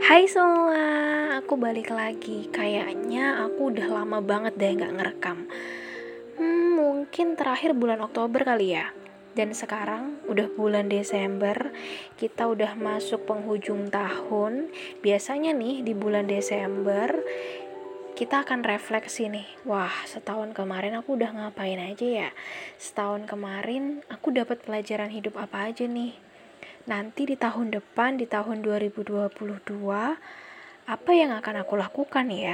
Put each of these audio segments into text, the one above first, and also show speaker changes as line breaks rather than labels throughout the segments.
Hai semua, aku balik lagi. Kayaknya aku udah lama banget deh gak ngerekam. Mungkin terakhir bulan Oktober kali ya. Dan sekarang udah bulan Desember, kita udah masuk penghujung tahun. Biasanya nih di bulan Desember kita akan refleksi nih. Wah, setahun kemarin aku udah ngapain aja ya? Setahun kemarin aku dapat pelajaran hidup apa aja nih? Nanti di tahun depan, di tahun 2022, apa yang akan aku lakukan ya?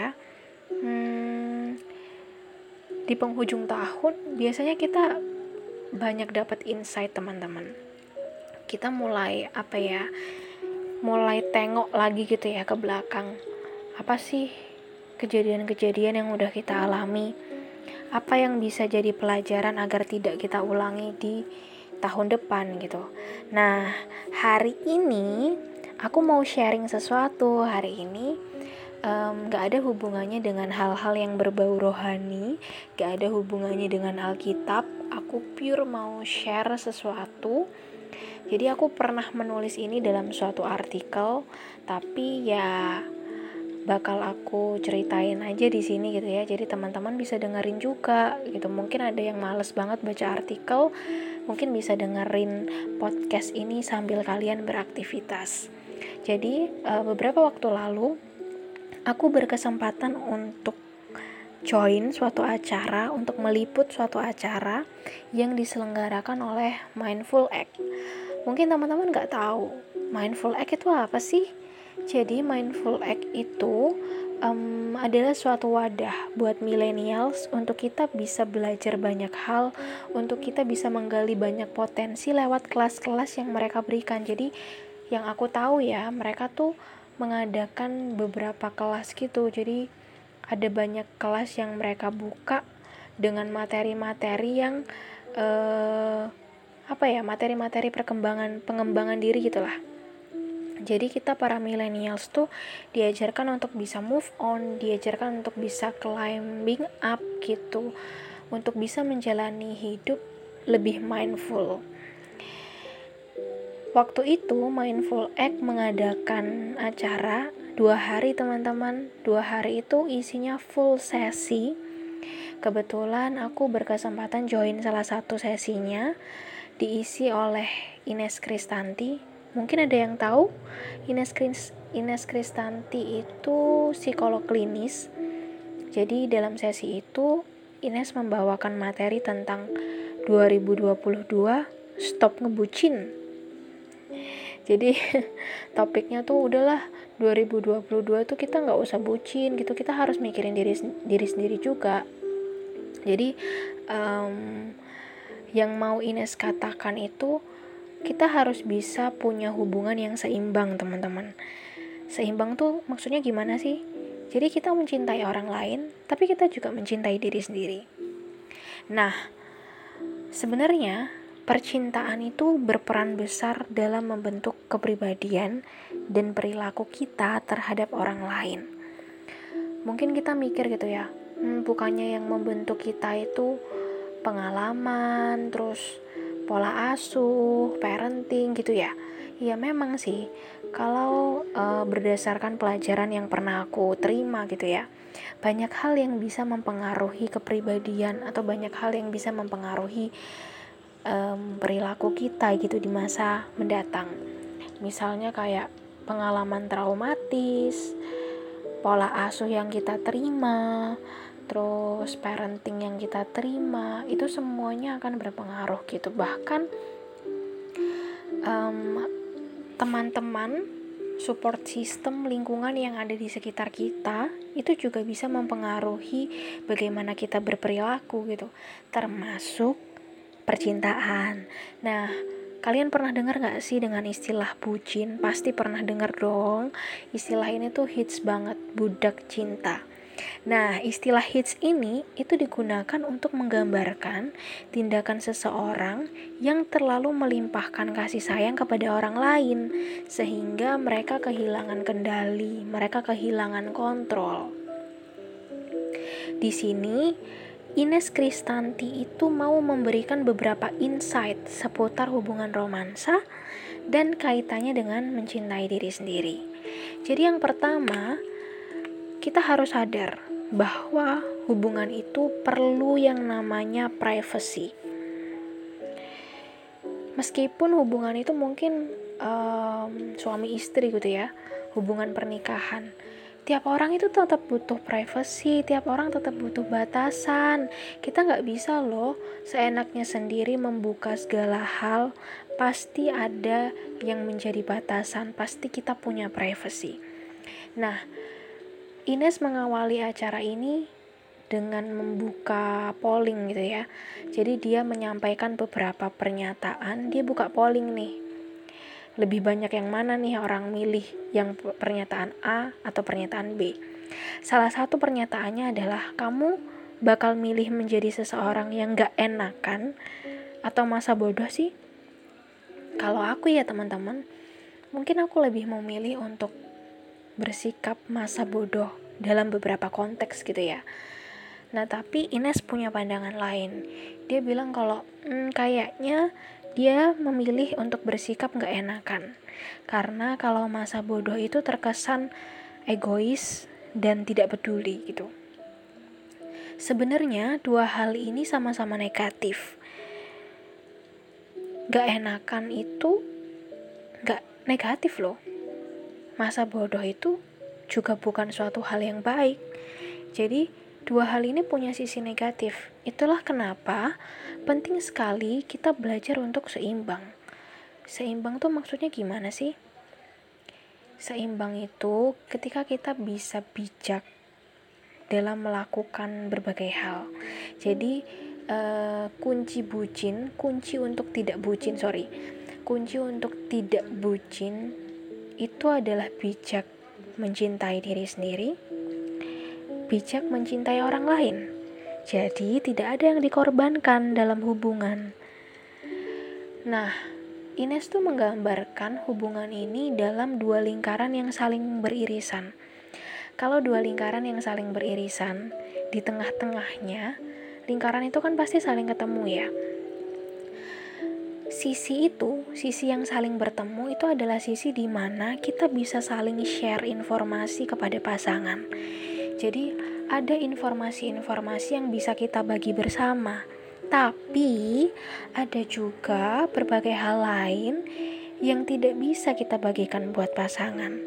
Di penghujung tahun biasanya kita banyak dapat insight teman-teman. Kita mulai mulai tengok lagi gitu ya ke belakang. Apa sih kejadian-kejadian yang udah kita alami? Apa yang bisa jadi pelajaran agar tidak kita ulangi di tahun depan gitu. Nah, hari ini aku mau sharing sesuatu. Hari ini gak ada hubungannya dengan hal-hal yang berbau rohani, gak ada hubungannya dengan Alkitab. Aku pure mau share sesuatu. Jadi aku pernah menulis ini dalam suatu artikel, tapi ya bakal aku ceritain aja di sini gitu ya. Jadi teman-teman bisa dengerin juga gitu. Mungkin ada yang males banget baca artikel, mungkin bisa dengerin podcast ini sambil kalian beraktivitas. Jadi beberapa waktu lalu aku berkesempatan untuk join suatu acara, untuk meliput suatu acara yang diselenggarakan oleh Mindful Act. Mungkin teman-teman gak tahu Mindful Act itu apa sih? Jadi Mindful Act itu adalah suatu wadah buat millennials untuk kita bisa belajar banyak hal, untuk kita bisa menggali banyak potensi lewat kelas-kelas yang mereka berikan. Jadi yang aku tahu ya, mereka tuh mengadakan beberapa kelas gitu. Jadi ada banyak kelas yang mereka buka dengan materi-materi yang materi-materi pengembangan diri gitulah. Jadi kita para millennials tuh diajarkan untuk bisa move on, diajarkan untuk bisa climbing up gitu, untuk bisa menjalani hidup lebih mindful. Waktu itu Mindful Act mengadakan acara 2 hari teman-teman. 2 hari itu isinya full sesi. Kebetulan aku berkesempatan join salah satu sesinya, diisi oleh Ines Kristanti. Mungkin ada yang tahu, Ines Kristanti itu psikolog klinis. Jadi dalam sesi itu Ines membawakan materi tentang 2022 stop ngebucin. Jadi topiknya tuh udahlah 2022 tuh kita nggak usah bucin gitu, kita harus mikirin diri sendiri juga. Jadi yang mau Ines katakan itu kita harus bisa punya hubungan yang seimbang teman-teman. Seimbang tuh maksudnya gimana sih? Jadi kita mencintai orang lain, tapi kita juga mencintai diri sendiri. Nah, sebenarnya percintaan itu berperan besar dalam membentuk kepribadian dan perilaku kita terhadap orang lain. Mungkin kita mikir gitu ya, bukannya yang membentuk kita itu pengalaman, terus pola asuh, parenting gitu ya. Ya memang sih, kalau berdasarkan pelajaran yang pernah aku terima gitu ya, banyak hal yang bisa mempengaruhi kepribadian atau banyak hal yang bisa mempengaruhi perilaku kita gitu di masa mendatang. Misalnya kayak pengalaman traumatis, pola asuh yang kita terima, terus parenting yang kita terima, itu semuanya akan berpengaruh gitu. Bahkan teman-teman, support system, lingkungan yang ada di sekitar kita itu juga bisa mempengaruhi bagaimana kita berperilaku gitu, termasuk percintaan. Nah, kalian pernah dengar gak sih dengan istilah bucin? Pasti pernah dengar dong. Istilah ini tuh hits banget, budak cinta. Nah, istilah hits ini itu digunakan untuk menggambarkan tindakan seseorang yang terlalu melimpahkan kasih sayang kepada orang lain sehingga mereka kehilangan kendali, mereka kehilangan kontrol. Di sini Ines Kristanti itu mau memberikan beberapa insight seputar hubungan romansa dan kaitannya dengan mencintai diri sendiri. Jadi yang pertama, kita harus sadar bahwa hubungan itu perlu yang namanya privacy. Meskipun hubungan itu mungkin suami istri gitu ya, hubungan pernikahan, tiap orang itu tetap butuh privacy, tiap orang tetap butuh batasan. Kita nggak bisa loh seenaknya sendiri membuka segala hal. Pasti ada yang menjadi batasan, pasti kita punya privacy. Nah, Ines mengawali acara ini dengan membuka polling gitu ya. Jadi dia menyampaikan beberapa pernyataan, dia buka polling nih. Lebih banyak yang mana nih orang milih, yang pernyataan A atau pernyataan B. Salah satu pernyataannya adalah, kamu bakal milih menjadi seseorang yang gak enakan atau masa bodoh sih? Kalau aku ya teman-teman, mungkin aku lebih memilih untuk bersikap masa bodoh dalam beberapa konteks gitu ya. Nah, tapi Ines punya pandangan lain. Dia bilang kalau kayaknya dia memilih untuk bersikap gak enakan. Karena kalau masa bodoh itu terkesan egois dan tidak peduli gitu. Sebenarnya dua hal ini sama-sama negatif. Gak enakan itu gak negatif loh. Masa bodoh itu juga bukan suatu hal yang baik. Jadi dua hal ini punya sisi negatif. Itulah kenapa penting sekali kita belajar untuk seimbang. Seimbang tuh maksudnya gimana sih? Seimbang itu ketika kita bisa bijak dalam melakukan berbagai hal. Jadi kunci untuk tidak bucin itu adalah bijak mencintai diri sendiri, bijak mencintai orang lain. Jadi tidak ada yang dikorbankan dalam hubungan. Nah, Ines tuh menggambarkan hubungan ini dalam dua lingkaran yang saling beririsan. Kalau dua lingkaran yang saling beririsan, di tengah-tengahnya, lingkaran itu kan pasti saling ketemu ya. Sisi yang saling bertemu itu adalah sisi di mana kita bisa saling share informasi kepada pasangan. Jadi ada informasi-informasi yang bisa kita bagi bersama. Tapi ada juga berbagai hal lain yang tidak bisa kita bagikan buat pasangan.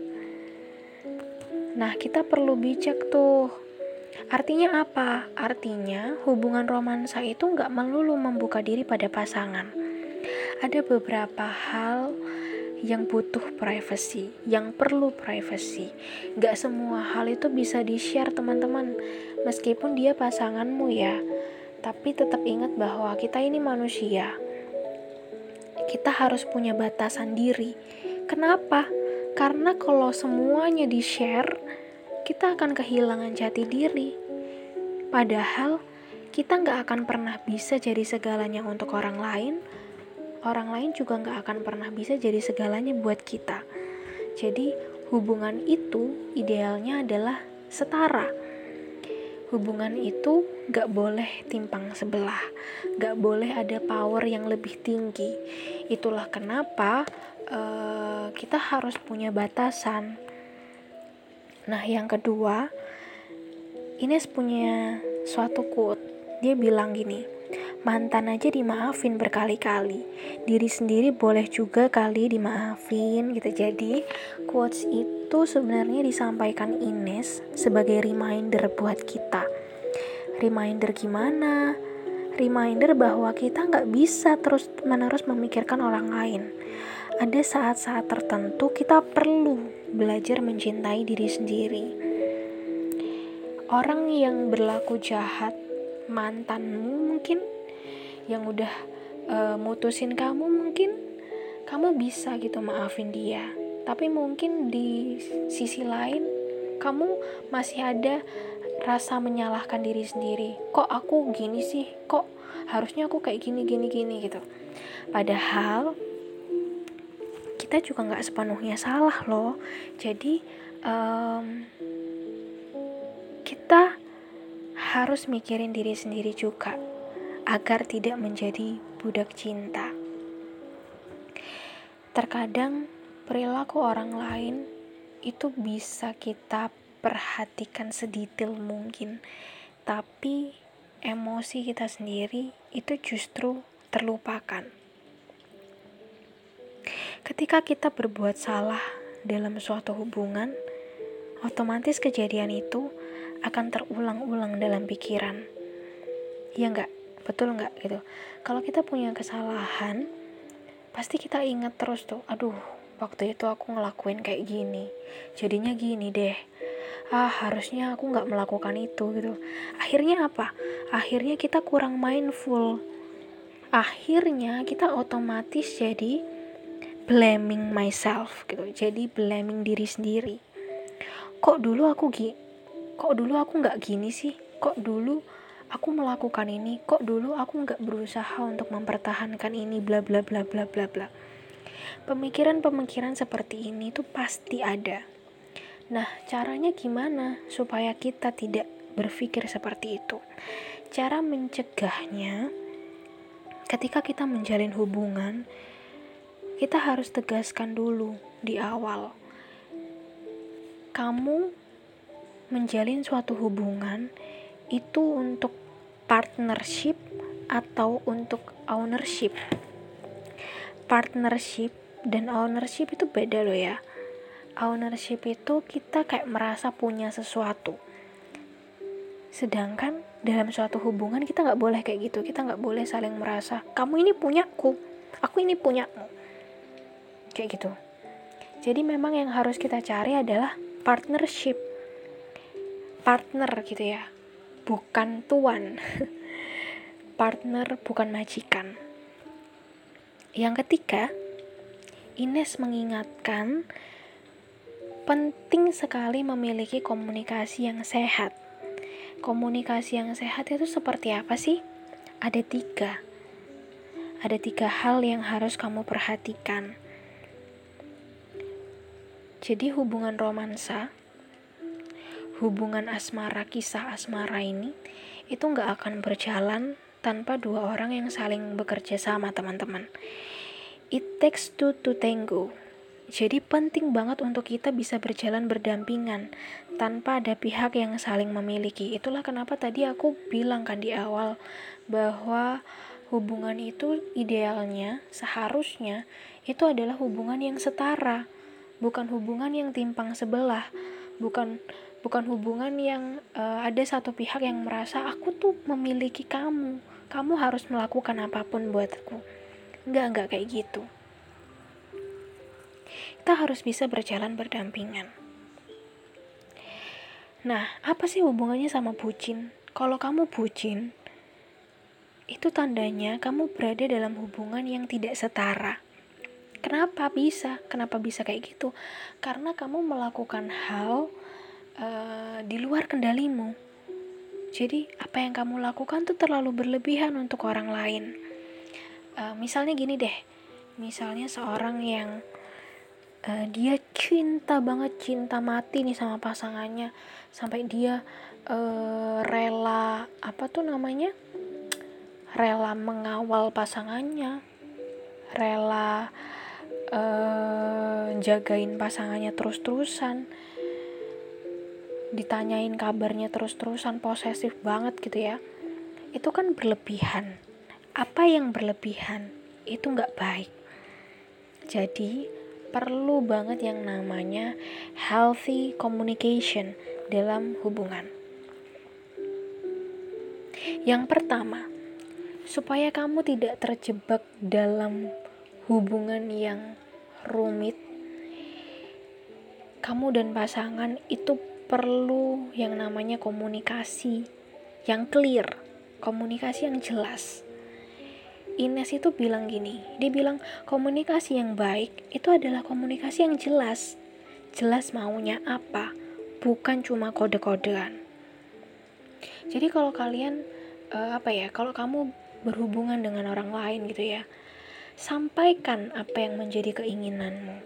Nah, kita perlu bijak tuh. Artinya apa? Artinya hubungan romansa itu gak melulu membuka diri pada pasangan. Ada beberapa hal yang butuh privacy, yang perlu privacy. Gak semua hal itu bisa di-share teman-teman. Meskipun dia pasanganmu ya, tapi tetap ingat bahwa kita ini manusia. Kita harus punya batasan diri. Kenapa? Karena kalau semuanya di-share, kita akan kehilangan jati diri. Padahal kita gak akan pernah bisa jadi segalanya untuk orang lain juga gak akan pernah bisa jadi segalanya buat kita. Jadi hubungan itu idealnya adalah setara. Hubungan itu gak boleh timpang sebelah, gak boleh ada power yang lebih tinggi. Itulah kenapa kita harus punya batasan. Nah, yang kedua, Ines punya suatu quote. Dia bilang gini, mantan aja dimaafin berkali-kali, diri sendiri boleh juga kali dimaafin gitu. Jadi quotes itu sebenarnya disampaikan Ines sebagai reminder buat kita. Reminder gimana? Reminder bahwa kita gak bisa terus-menerus memikirkan orang lain. Ada saat-saat tertentu kita perlu belajar mencintai diri sendiri. Orang yang berlaku jahat, mantanmu mungkin, yang udah mutusin kamu, mungkin kamu bisa gitu maafin dia. Tapi mungkin di sisi lain kamu masih ada rasa menyalahkan diri sendiri. Kok aku gini sih? Kok harusnya aku kayak gini gitu. Padahal kita juga gak sepenuhnya salah loh. Jadi kita harus mikirin diri sendiri juga agar tidak menjadi budak cinta. Terkadang perilaku orang lain itu bisa kita perhatikan sedetail mungkin, tapi emosi kita sendiri itu justru terlupakan. Ketika kita berbuat salah dalam suatu hubungan, otomatis kejadian itu akan terulang-ulang dalam pikiran. Ya enggak? Betul enggak gitu? Kalau kita punya kesalahan, pasti kita ingat terus tuh, aduh, waktu itu aku ngelakuin kayak gini, jadinya gini deh. Harusnya aku nggak melakukan itu gitu. Akhirnya apa? Akhirnya kita kurang mindful. Akhirnya kita otomatis jadi blaming myself gitu. Jadi blaming diri sendiri. Kok dulu aku nggak gini sih? Kok dulu aku melakukan ini? Kok dulu aku nggak berusaha untuk mempertahankan ini? Bla bla bla bla bla bla. Pemikiran-pemikiran seperti ini tuh pasti ada. Nah, caranya gimana supaya kita tidak berpikir seperti itu? Cara mencegahnya, ketika kita menjalin hubungan, kita harus tegaskan dulu di awal. Kamu menjalin suatu hubungan itu untuk partnership atau untuk ownership. Partnership dan ownership itu beda loh ya. Ownership itu kita kayak merasa punya sesuatu. Sedangkan dalam suatu hubungan kita gak boleh kayak gitu. Kita gak boleh saling merasa, kamu ini punyaku, aku ini punyamu. Kayak gitu. Jadi memang yang harus kita cari adalah partnership. Partner gitu ya. Bukan tuan. Partner bukan majikan. Yang ketiga, Ines mengingatkan penting sekali memiliki komunikasi yang sehat. Komunikasi yang sehat itu seperti apa sih? Ada tiga hal yang harus kamu perhatikan. Jadi hubungan romansa, hubungan asmara, kisah asmara ini itu gak akan berjalan tanpa dua orang yang saling bekerja sama, teman-teman. It takes two to tango. Jadi penting banget untuk kita bisa berjalan berdampingan tanpa ada pihak yang saling memiliki. Itulah kenapa tadi aku bilang kan di awal bahwa hubungan itu idealnya, seharusnya itu adalah hubungan yang setara, bukan hubungan yang timpang sebelah, bukan hubungan yang ada satu pihak yang merasa aku tuh memiliki kamu harus melakukan apapun buatku. Enggak kayak gitu. Kita harus bisa berjalan berdampingan. Nah, apa sih hubungannya sama bucin? Kalau kamu bucin, itu tandanya kamu berada dalam hubungan yang tidak setara. Kenapa bisa kayak gitu? Karena kamu melakukan hal di luar kendalimu. Jadi, apa yang kamu lakukan tuh terlalu berlebihan untuk orang lain. Misalnya gini deh. Misalnya seorang yang dia cinta mati nih sama pasangannya, sampai dia rela mengawal pasangannya, rela jagain pasangannya terus-terusan, ditanyain kabarnya terus-terusan, posesif banget gitu ya. Itu kan berlebihan. Apa yang berlebihan itu gak baik. Jadi perlu banget yang namanya healthy communication dalam hubungan. Yang pertama, supaya kamu tidak terjebak dalam hubungan yang rumit, kamu dan pasangan itu perlu yang namanya komunikasi yang clear, komunikasi yang jelas. Ines itu bilang gini, dia bilang komunikasi yang baik itu adalah komunikasi yang jelas maunya apa, bukan cuma kode-kodean. Jadi kalau kalian kalau kamu berhubungan dengan orang lain gitu ya, sampaikan apa yang menjadi keinginanmu.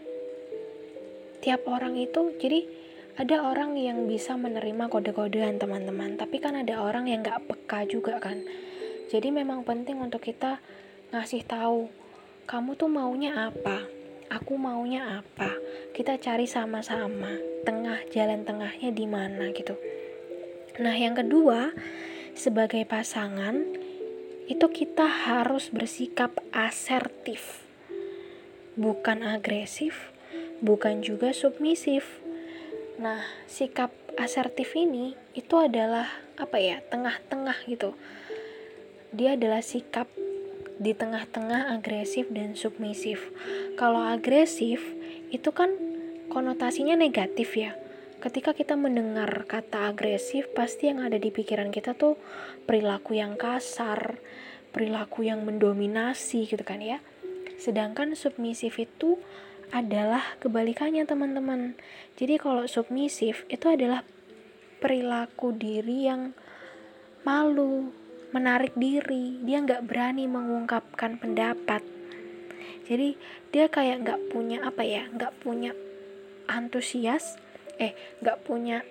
Tiap orang itu, jadi ada orang yang bisa menerima kode-kodean, teman-teman, tapi kan ada orang yang gak peka juga kan. Jadi memang penting untuk kita ngasih tahu kamu tuh maunya apa, aku maunya apa, kita cari sama-sama jalan tengahnya di mana gitu. Nah, yang kedua, sebagai pasangan itu kita harus bersikap asertif, bukan agresif, bukan juga submisif. Nah, sikap asertif ini itu adalah tengah-tengah gitu. Dia adalah sikap di tengah-tengah agresif dan submisif. Kalau agresif itu kan konotasinya negatif ya. Ketika kita mendengar kata agresif, pasti yang ada di pikiran kita tuh perilaku yang kasar, perilaku yang mendominasi gitu kan ya. Sedangkan submisif itu adalah kebalikannya teman-teman. Jadi kalau submisif itu adalah perilaku diri yang malu, menarik diri, dia nggak berani mengungkapkan pendapat. Jadi dia kayak nggak punya antusias, nggak punya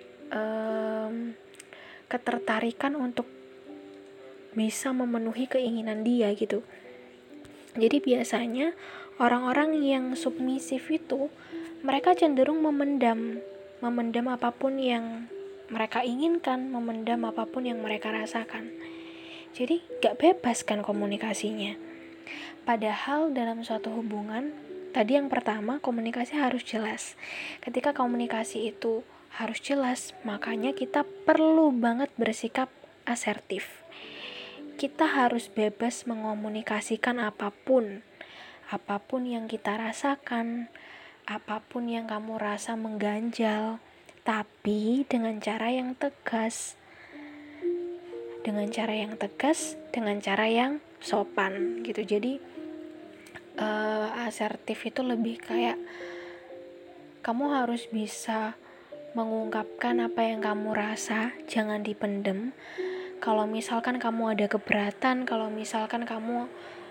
ketertarikan untuk bisa memenuhi keinginan dia gitu. Jadi biasanya orang-orang yang submisif itu mereka cenderung memendam apapun yang mereka inginkan, memendam apapun yang mereka rasakan. Jadi gak bebas kan komunikasinya. Padahal dalam suatu hubungan, tadi yang pertama komunikasi harus jelas. Ketika komunikasi itu harus jelas, makanya kita perlu banget bersikap asertif. Kita harus bebas mengomunikasikan apapun yang kita rasakan, apapun yang kamu rasa mengganjal, tapi dengan cara yang tegas, dengan cara yang sopan gitu. Jadi asertif itu lebih kayak kamu harus bisa mengungkapkan apa yang kamu rasa, jangan dipendem. Kalau misalkan kamu ada keberatan, kalau misalkan kamu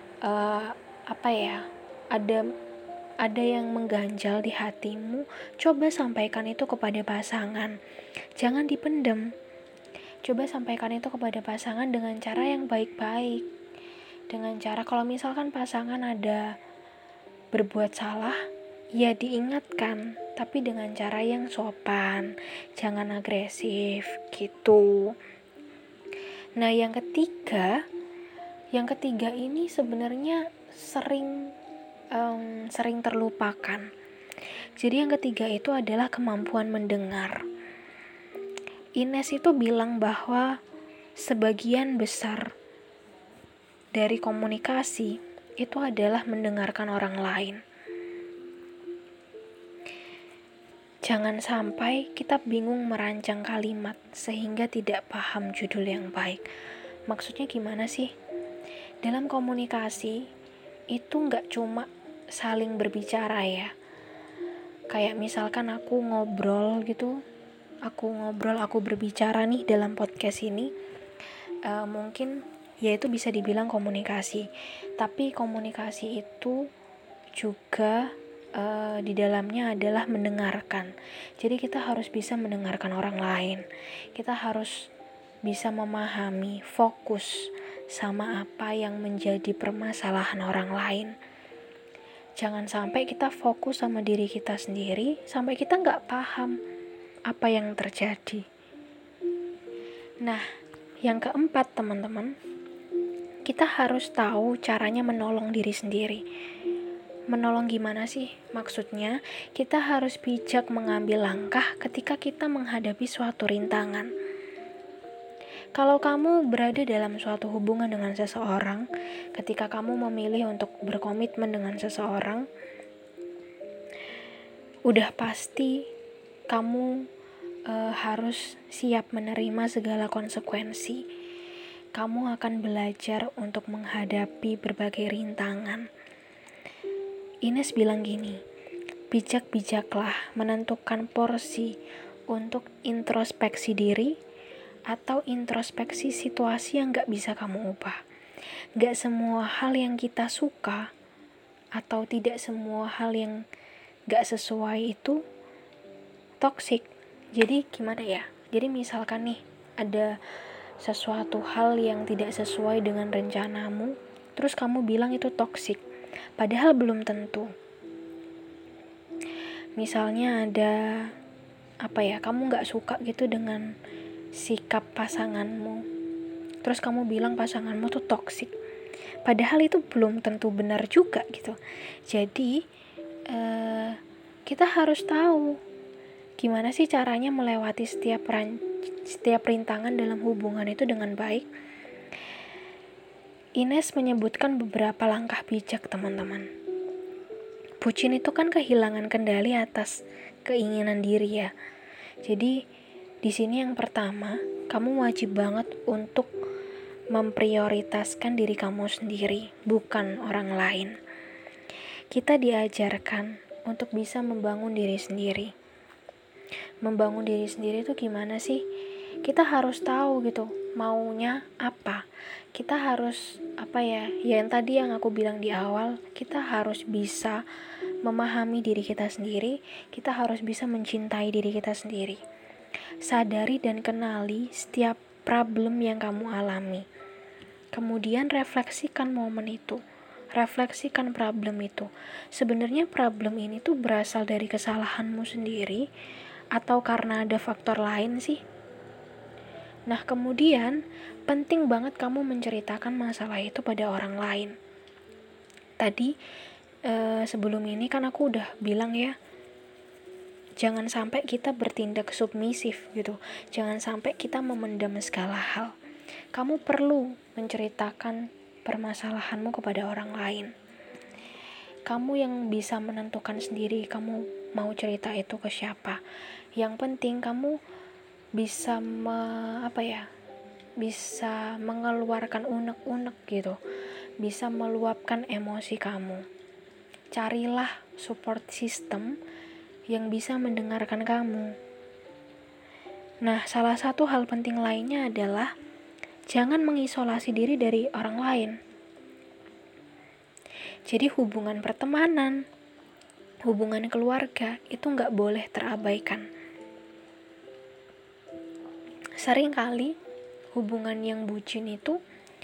ada yang mengganjal di hatimu, coba sampaikan itu kepada pasangan. Jangan dipendem. Coba sampaikan itu kepada pasangan dengan cara yang baik-baik. Dengan cara kalau misalkan pasangan ada berbuat salah, ya diingatkan, tapi dengan cara yang sopan, jangan agresif gitu. Nah, yang ketiga ini sebenarnya sering terlupakan. Jadi yang ketiga itu adalah kemampuan mendengar. Ines itu bilang bahwa sebagian besar dari komunikasi itu adalah mendengarkan orang lain. Jangan sampai kita bingung merancang kalimat sehingga tidak paham judul yang baik. Maksudnya gimana sih? Dalam komunikasi itu gak cuma saling berbicara ya. Kayak misalkan aku berbicara nih dalam podcast ini. Mungkin ya itu bisa dibilang komunikasi. Tapi komunikasi itu juga di dalamnya adalah mendengarkan. Jadi kita harus bisa mendengarkan orang lain. Kita harus bisa memahami, fokus sama apa yang menjadi permasalahan orang lain. Jangan sampai kita fokus sama diri kita sendiri, sampai kita gak paham apa yang terjadi. Nah, yang keempat teman-teman, kita harus tahu caranya menolong diri sendiri. Menolong gimana sih? Maksudnya, kita harus bijak mengambil langkah ketika kita menghadapi suatu rintangan. Kalau kamu berada dalam suatu hubungan dengan seseorang, ketika kamu memilih untuk berkomitmen dengan seseorang, udah pasti kamu harus siap menerima segala konsekuensi. Kamu akan belajar untuk menghadapi berbagai rintangan. Ines bilang gini, bijak-bijaklah menentukan porsi untuk introspeksi diri atau introspeksi situasi yang gak bisa kamu ubah. Gak semua hal yang kita suka atau tidak semua hal yang gak sesuai itu toksik. Jadi gimana ya? Jadi misalkan nih ada sesuatu hal yang tidak sesuai dengan rencanamu, terus kamu bilang itu toksik. Padahal belum tentu. Misalnya ada kamu gak suka gitu dengan sikap pasanganmu, terus kamu bilang pasanganmu tuh toksik, padahal itu belum tentu benar juga gitu. Jadi kita harus tahu gimana sih caranya melewati setiap rintangan dalam hubungan itu dengan baik. Ines menyebutkan beberapa langkah bijak, teman-teman. Bucin itu kan kehilangan kendali atas keinginan diri ya. Jadi di sini yang pertama, kamu wajib banget untuk memprioritaskan diri kamu sendiri, bukan orang lain. Kita diajarkan untuk bisa membangun diri sendiri. Membangun diri sendiri itu gimana sih? Kita harus tahu gitu, maunya apa. Kita harus yang tadi yang aku bilang di awal, kita harus bisa memahami diri kita sendiri, kita harus bisa mencintai diri kita sendiri. Sadari dan kenali setiap problem yang kamu alami. Kemudian refleksikan momen itu. Refleksikan problem itu. Sebenarnya problem ini tuh berasal dari kesalahanmu sendiri atau karena ada faktor lain sih? Nah, kemudian penting banget kamu menceritakan masalah itu pada orang lain. Tadi sebelum ini kan aku udah bilang ya, jangan sampai kita bertindak submisif gitu. Jangan sampai kita memendam segala hal. Kamu perlu menceritakan permasalahanmu kepada orang lain. Kamu yang bisa menentukan sendiri kamu mau cerita itu ke siapa. Yang penting kamu bisa bisa mengeluarkan unek-unek gitu. Bisa meluapkan emosi kamu. Carilah support system yang bisa mendengarkan kamu. Nah, salah satu hal penting lainnya adalah jangan mengisolasi diri dari orang lain. Jadi hubungan pertemanan, hubungan keluarga itu gak boleh terabaikan. Seringkali hubungan yang bucin itu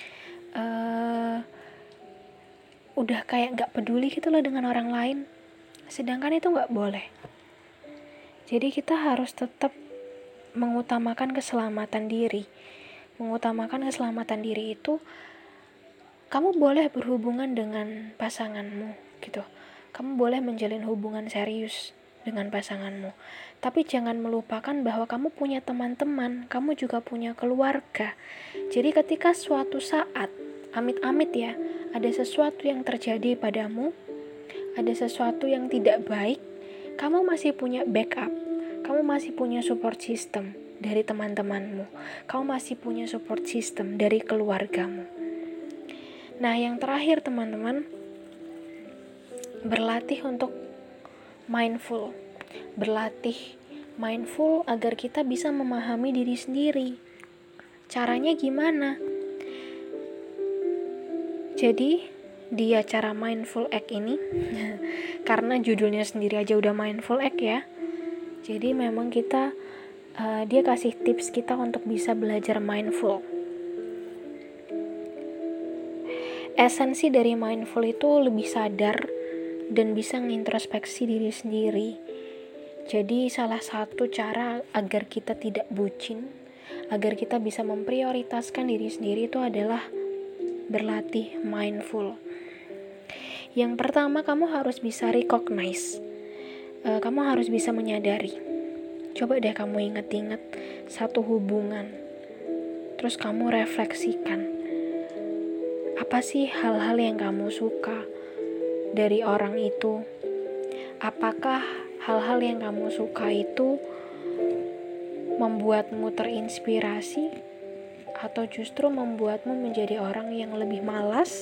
udah kayak gak peduli gitu loh dengan orang lain. Sedangkan itu gak boleh. Jadi kita harus tetap mengutamakan keselamatan diri. Mengutamakan keselamatan diri itu, kamu boleh berhubungan dengan pasanganmu gitu. Kamu boleh menjalin hubungan serius dengan pasanganmu. Tapi jangan melupakan bahwa kamu punya teman-teman, kamu juga punya keluarga. Jadi ketika suatu saat, amit-amit ya, ada sesuatu yang terjadi padamu, ada sesuatu yang tidak baik, kamu masih punya backup, kamu masih punya support system dari teman-temanmu, kamu masih punya support system dari keluargamu. Nah, yang terakhir teman-teman, berlatih untuk mindful. Berlatih mindful agar kita bisa memahami diri sendiri. Caranya gimana? Jadi di acara Mindful Act ini karena judulnya sendiri aja udah Mindful Act ya, jadi memang kita dia kasih tips kita untuk bisa belajar mindful. Esensi dari mindful itu lebih sadar dan bisa mengintrospeksi diri sendiri. Jadi salah satu cara agar kita tidak bucin, agar kita bisa memprioritaskan diri sendiri itu adalah berlatih mindful. Yang pertama, kamu harus bisa recognize. Kamu harus bisa menyadari. Coba deh kamu ingat-ingat satu hubungan. Terus kamu refleksikan. Apa sih hal-hal yang kamu suka dari orang itu? Apakah hal-hal yang kamu suka itu membuatmu terinspirasi? Atau justru membuatmu menjadi orang yang lebih malas?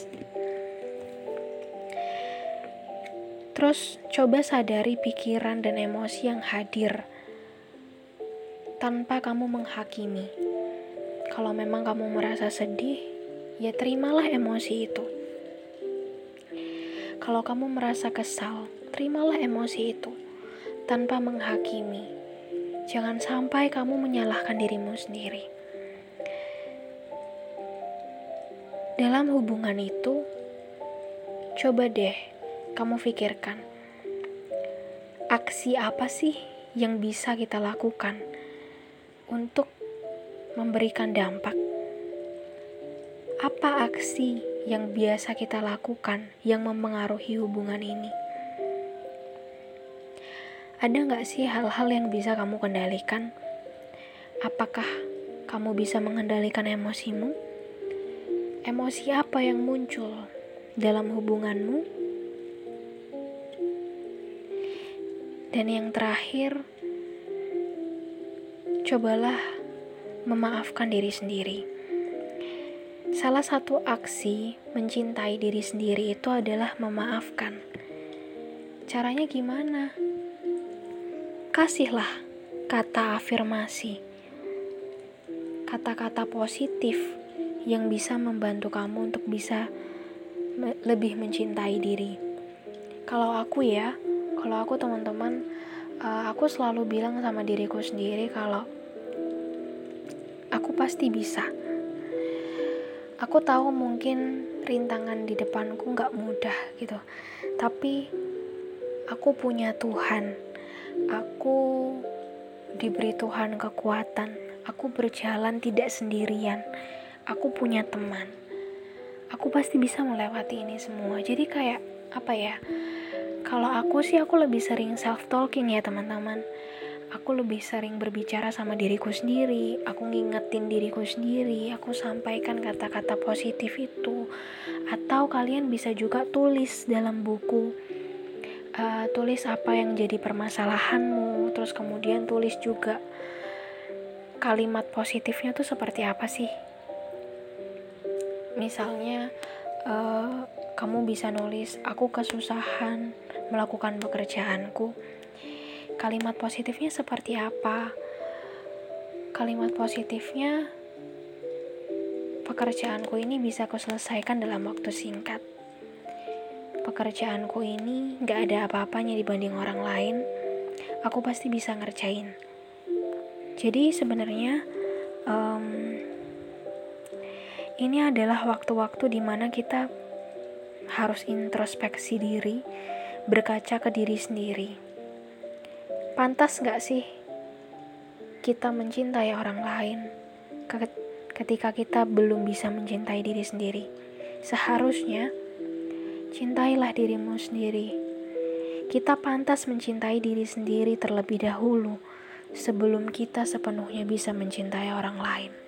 Terus coba sadari pikiran dan emosi yang hadir tanpa kamu menghakimi. Kalau memang kamu merasa sedih, ya terimalah emosi itu. Kalau kamu merasa kesal, terimalah emosi itu tanpa menghakimi. Jangan sampai kamu menyalahkan dirimu sendiri. Dalam hubungan itu, coba deh kamu pikirkan, aksi apa sih yang bisa kita lakukan untuk memberikan dampak? Apa aksi yang biasa kita lakukan yang mempengaruhi hubungan ini? Ada gak sih hal-hal yang bisa kamu kendalikan? Apakah kamu bisa mengendalikan emosimu? Emosi apa yang muncul dalam hubunganmu? Dan yang terakhir, cobalah memaafkan diri sendiri. Salah satu aksi mencintai diri sendiri itu adalah memaafkan. Caranya gimana? Kasihlah kata afirmasi, kata-kata positif yang bisa membantu kamu untuk bisa lebih mencintai diri. Kalau aku teman-teman, aku selalu bilang sama diriku sendiri kalau aku pasti bisa. Aku tahu mungkin rintangan di depanku gak mudah gitu, tapi aku punya Tuhan. Aku diberi Tuhan kekuatan. Aku berjalan tidak sendirian. Aku punya teman. Aku pasti bisa melewati ini semua. Jadi kayak kalau aku lebih sering self-talking ya teman-teman. Aku lebih sering berbicara sama diriku sendiri. Aku ngingetin diriku sendiri. Aku sampaikan kata-kata positif itu. Atau kalian bisa juga tulis dalam buku. Tulis apa yang jadi permasalahanmu, terus kemudian tulis juga kalimat positifnya tuh seperti apa sih. Misalnya kamu bisa nulis, aku kesusahan melakukan pekerjaanku. Kalimat positifnya seperti apa? Kalimat positifnya, pekerjaanku ini bisa aku selesaikan dalam waktu singkat. Pekerjaanku ini gak ada apa-apanya dibanding orang lain. Aku pasti bisa ngerjain. Jadi sebenarnya ini adalah waktu-waktu dimana kita harus introspeksi diri, berkaca ke diri sendiri. Pantas gak sih kita mencintai orang lain ketika kita belum bisa mencintai diri sendiri? Seharusnya cintailah dirimu sendiri. Kita pantas mencintai diri sendiri terlebih dahulu sebelum kita sepenuhnya bisa mencintai orang lain.